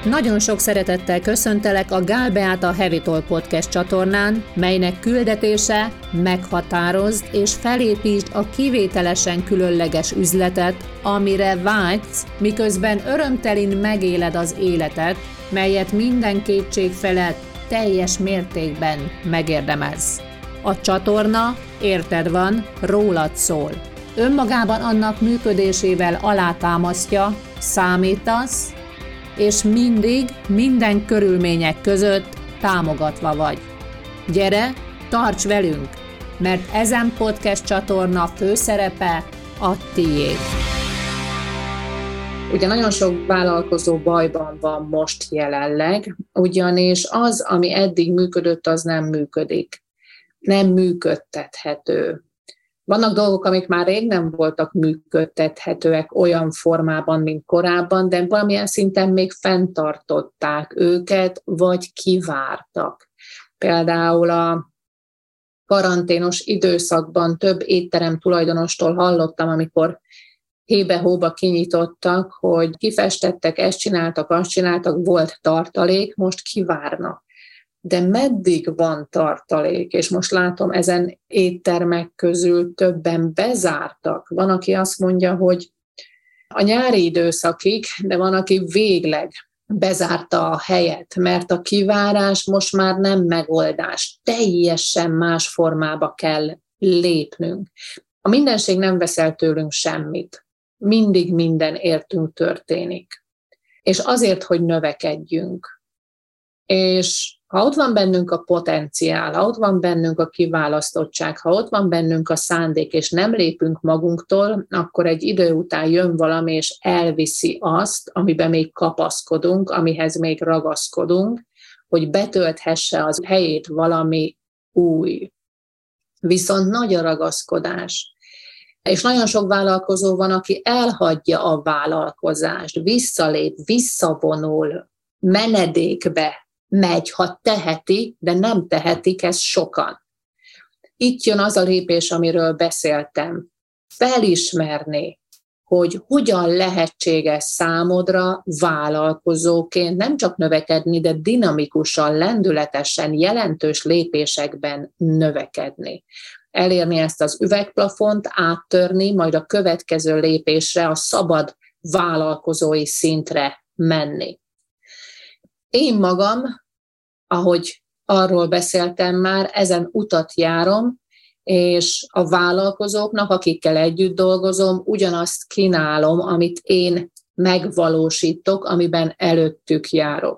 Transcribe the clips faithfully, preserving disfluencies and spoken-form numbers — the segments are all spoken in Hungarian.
Nagyon sok szeretettel köszöntelek a Gál Beáta Heavy Talk Podcast csatornán, melynek küldetése meghatározd és felépítsd a kivételesen különleges üzletet, amire vágysz, miközben örömtelin megéled az életet, melyet minden kétség felett teljes mértékben megérdemelsz. A csatorna, érted van, rólad szól. Önmagában annak működésével alátámasztja, számítasz, és mindig, minden körülmények között támogatva vagy. Gyere, tarts velünk, mert ezen podcast csatorna főszerepe a tiéd. Ugye nagyon sok vállalkozó bajban van most jelenleg, ugyanis az, ami eddig működött, az nem működik. Nem működtethető. Vannak dolgok, amik már rég nem voltak működtethetőek olyan formában, mint korábban, de valamilyen szinten még fenntartották őket, vagy kivártak. Például a karanténos időszakban több étterem tulajdonostól hallottam, amikor hébe-hóba kinyitottak, hogy kifestettek, ezt csináltak, azt csináltak, volt tartalék, most kivárnak. De meddig van tartalék? És most látom, ezen éttermek közül többen bezártak. Van, aki azt mondja, hogy a nyári időszakig, de van, aki végleg bezárta a helyet, mert a kivárás most már nem megoldás. Teljesen más formába kell lépnünk. A mindenség nem vesz el tőlünk semmit. Mindig minden értünk történik. És azért, hogy növekedjünk. És ha ott van bennünk a potenciál, ha ott van bennünk a kiválasztottság, ha ott van bennünk a szándék, és nem lépünk magunktól, akkor egy idő után jön valami, és elviszi azt, amiben még kapaszkodunk, amihez még ragaszkodunk, hogy betölthesse az helyét valami új. Viszont nagy a ragaszkodás. És nagyon sok vállalkozó van, aki elhagyja a vállalkozást, visszalép, visszavonul, menedékbe megy, ha teheti, de nem tehetik ezt sokan. Itt jön az a lépés, amiről beszéltem. Felismerni, hogy hogyan lehetséges számodra vállalkozóként nem csak növekedni, de dinamikusan, lendületesen, jelentős lépésekben növekedni. Elérni ezt az üvegplafont, áttörni, majd a következő lépésre, a szabad vállalkozói szintre menni. Én magam, ahogy arról beszéltem már, ezen utat járom, és a vállalkozóknak, akikkel együtt dolgozom, ugyanazt kínálom, amit én megvalósítok, amiben előttük járok.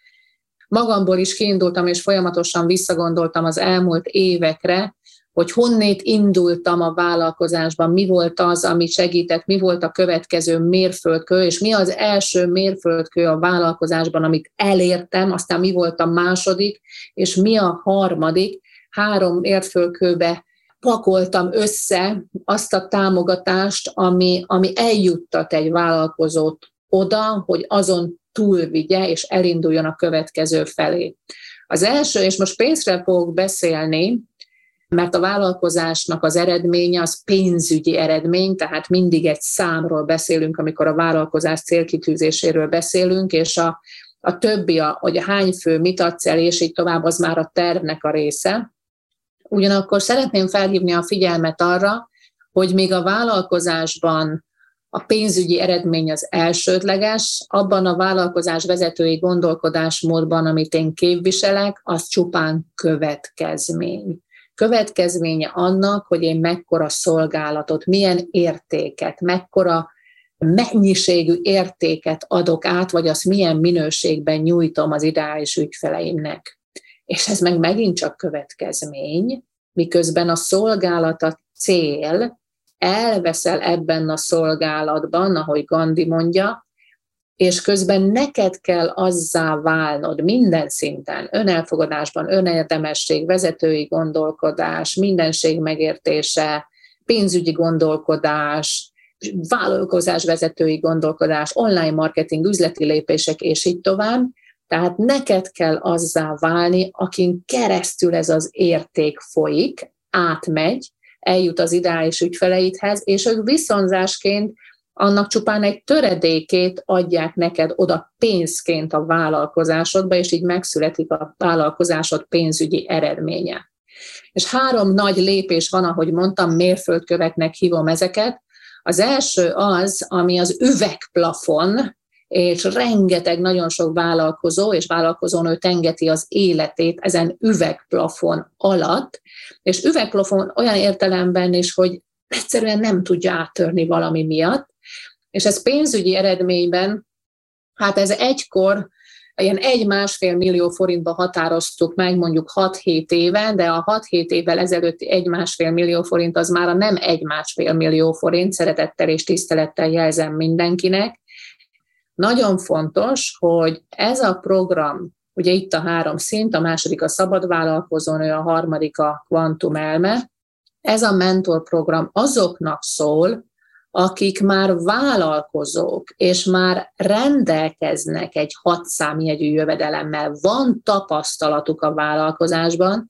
Magamból is kiindultam, és folyamatosan visszagondoltam az elmúlt évekre, hogy honnét indultam a vállalkozásban, mi volt az, ami segített, mi volt a következő mérföldkő, és mi az első mérföldkő a vállalkozásban, amit elértem, aztán mi volt a második, és mi a harmadik. Három mérföldkőbe pakoltam össze azt a támogatást, ami, ami eljuttat egy vállalkozót oda, hogy azon túlvigye, és elinduljon a következő felé. Az első, és most pénzről fogok beszélni, mert a vállalkozásnak az eredménye az pénzügyi eredmény, tehát mindig egy számról beszélünk, amikor a vállalkozás célkitűzéséről beszélünk, és a, a többi, a, hogy hány fő, mit adsz el, és így tovább, az már a tervnek a része. Ugyanakkor szeretném felhívni a figyelmet arra, hogy még a vállalkozásban a pénzügyi eredmény az elsődleges, abban a vállalkozás vezetői gondolkodásmódban, amit én képviselek, az csupán következmény. Következménye annak, hogy én mekkora szolgálatot, milyen értéket, mekkora mennyiségű értéket adok át, vagy azt milyen minőségben nyújtom az ideális ügyfeleimnek. És ez meg megint csak következmény, miközben a szolgálat a cél, elveszel ebben a szolgálatban, ahogy Gandhi mondja, és közben neked kell azzá válnod minden szinten, önelfogadásban, önérdemesség, vezetői gondolkodás, mindenség megértése, pénzügyi gondolkodás, vállalkozás vezetői gondolkodás, online marketing, üzleti lépések, és így tovább. Tehát neked kell azzá válni, akin keresztül ez az érték folyik, átmegy, eljut az ideális ügyfeleidhez, és ők viszonzásként annak csupán egy töredékét adják neked oda pénzként a vállalkozásodba, és így megszületik a vállalkozásod pénzügyi eredménye. És három nagy lépés van, ahogy mondtam, mérföldköveknek hívom ezeket. Az első az, ami az üvegplafon, és rengeteg, nagyon sok vállalkozó és vállalkozónő tengeti az életét ezen üvegplafon alatt, és üvegplafon olyan értelemben is, hogy egyszerűen nem tudja áttörni valami miatt, és ez pénzügyi eredményben, hát ez egykor ilyen egy-másfél millió forintba határoztuk meg mondjuk hat-hét éve, de a hat-hét évvel ezelőtti egy-másfél millió forint az már a nem egy-másfél millió forint, szeretettel és tisztelettel jelzem mindenkinek. Nagyon fontos, hogy ez a program, ugye itt a három szint, a második a szabad vállalkozónő, a harmadik a kvantum elme, ez a mentorprogram azoknak szól, akik már vállalkozók, és már rendelkeznek egy hat számjegyű jövedelemmel, van tapasztalatuk a vállalkozásban,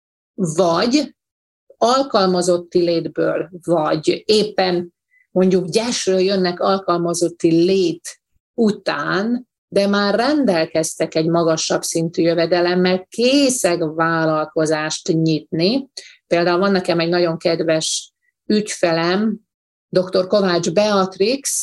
vagy alkalmazotti létből, vagy éppen mondjuk gyesről jönnek alkalmazotti lét után, de már rendelkeztek egy magasabb szintű jövedelemmel, készek vállalkozást nyitni. Például van nekem egy nagyon kedves ügyfelem, doktor Kovács Beatrix,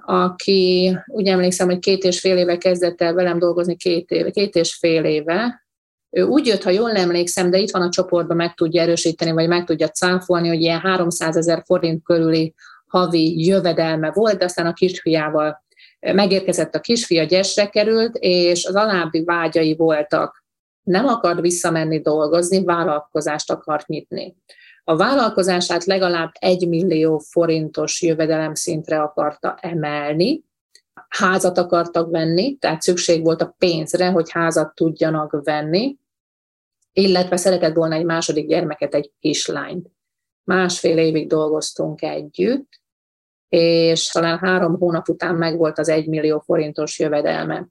aki úgy emlékszem, hogy két és fél éve kezdett el velem dolgozni, két, éve, két és fél éve. Ő úgy jött, ha jól emlékszem, de itt van a csoportban, meg tudja erősíteni, vagy meg tudja cáfolni, hogy ilyen háromszázezer forint körüli havi jövedelme volt, de aztán a kisfiával megérkezett a kisfia, gyesre került, és az alábbi vágyai voltak. Nem akart visszamenni dolgozni, vállalkozást akart nyitni. A vállalkozását legalább egy millió forintos jövedelemszintre akarta emelni, házat akartak venni, tehát szükség volt a pénzre, hogy házat tudjanak venni, illetve szeretett volna egy második gyermeket, egy kislányt. Másfél évig dolgoztunk együtt, és talán három hónap után megvolt az egy millió forintos jövedelme.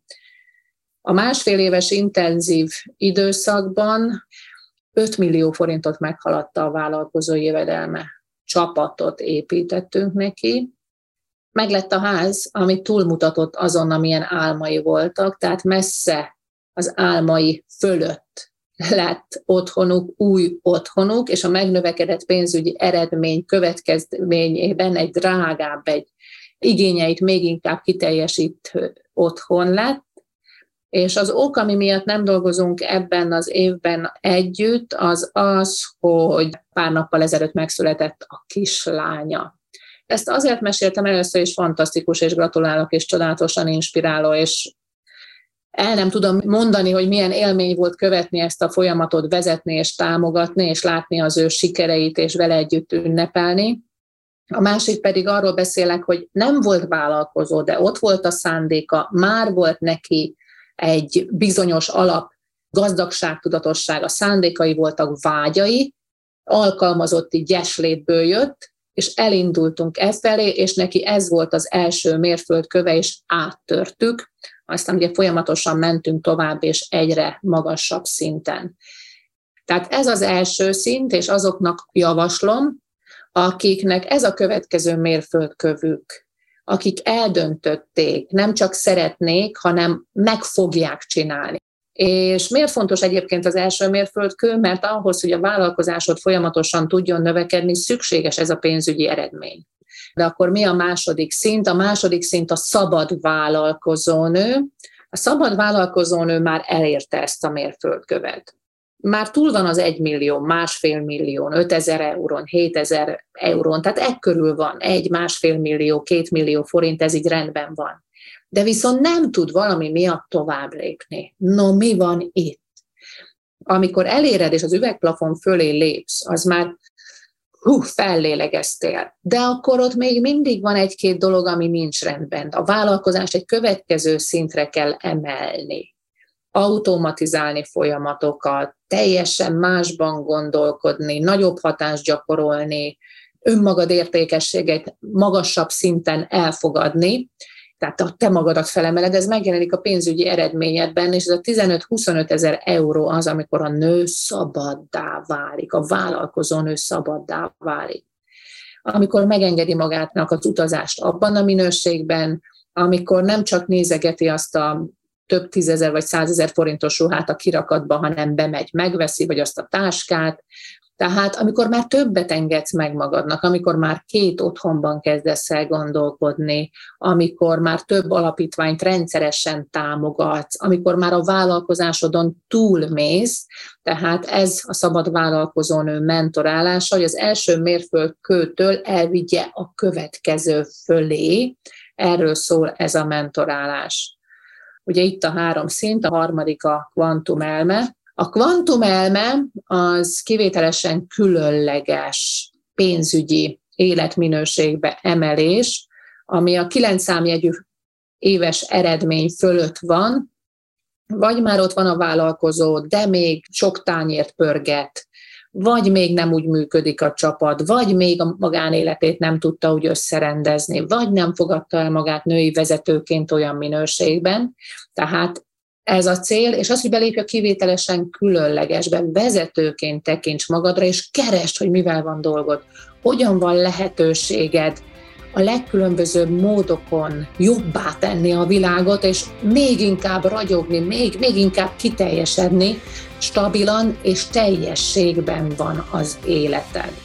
A másfél éves intenzív időszakban öt millió forintot meghaladta a vállalkozói jövedelme. Csapatot építettünk neki. Meglett a ház, ami túlmutatott azon, amilyen álmai voltak, tehát messze az álmai fölött lett otthonuk, új otthonuk, és a megnövekedett pénzügyi eredmény következményében egy drágább, egy igényeit még inkább kiteljesítő otthon lett, és az ok, ami miatt nem dolgozunk ebben az évben együtt, az az, hogy pár nappal ezelőtt megszületett a kislánya. Ezt azért meséltem először, és fantasztikus, és gratulálok, és csodálatosan inspiráló, és el nem tudom mondani, hogy milyen élmény volt követni ezt a folyamatot, vezetni és támogatni, és látni az ő sikereit, és vele együtt ünnepelni. A másik pedig arról beszélek, hogy nem volt vállalkozó, de ott volt a szándéka, már volt neki egy bizonyos alap gazdagságtudatosság, a szándékai voltak, vágyai, alkalmazotti gyeslétből jött, és elindultunk e felé, és neki ez volt az első mérföldköve, és áttörtük. Aztán ugye folyamatosan mentünk tovább, és egyre magasabb szinten. Tehát ez az első szint, és azoknak javaslom, akiknek ez a következő mérföldkövük, akik eldöntötték, nem csak szeretnék, hanem meg fogják csinálni. És miért fontos egyébként az első mérföldkő? Mert ahhoz, hogy a vállalkozásod folyamatosan tudjon növekedni, szükséges ez a pénzügyi eredmény. De akkor mi a második szint? A második szint a szabad vállalkozónő. A szabad vállalkozónő már elérte ezt a mérföldkövet. Már túl van az egy millió, másfél millió, ötezer eurón, hétezer eurón, tehát e körül van, egy, másfél millió, két millió forint, ez így rendben van. De viszont nem tud valami miatt tovább lépni. No, mi van itt? Amikor eléred, és az üvegplafon fölé lépsz, az már hú, fellélegeztél. De akkor ott még mindig van egy-két dolog, ami nincs rendben. A vállalkozást egy következő szintre kell emelni. Automatizálni folyamatokat, teljesen másban gondolkodni, nagyobb hatást gyakorolni, önmagad értékességet magasabb szinten elfogadni, tehát a te magadat felemeled, ez megjelenik a pénzügyi eredményedben, és ez a tizenöt-huszonöt ezer euró az, amikor a nő szabaddá válik, a vállalkozó nő szabaddá válik. amikor megengedi magának az utazást abban a minőségben, amikor nem csak nézegeti azt a több tízezer vagy százezer forintos ruhát a kirakatba, hanem bemegy, megveszi, vagy azt a táskát. Tehát amikor már többet engedsz meg magadnak, amikor már két otthonban kezdesz el gondolkodni, amikor már több alapítványt rendszeresen támogatsz, amikor már a vállalkozásodon túlmész, tehát ez a szabad vállalkozónő mentorálása, hogy az első mérföldkőtől elvigye a következő fölé, erről szól ez a mentorálás. Ugye itt a három szint, a harmadik a kvantumelme. A kvantumelme az kivételesen különleges pénzügyi életminőségbe emelés, ami a kilenc számjegyű éves eredmény fölött van, vagy már ott van a vállalkozó, de még sok tányért pörget, vagy még nem úgy működik a csapat, vagy még a magánéletét nem tudta úgy összerendezni, vagy nem fogadta el magát női vezetőként olyan minőségben. Tehát ez a cél, és az, hogy belépj a kivételesen különlegesbe, vezetőként tekints magadra, és keresd, hogy mivel van dolgod, hogyan van lehetőséged a legkülönbözőbb módokon jobbá tenni a világot, és még inkább ragyogni, még, még inkább kiteljesedni, stabilan és teljességben van az életed.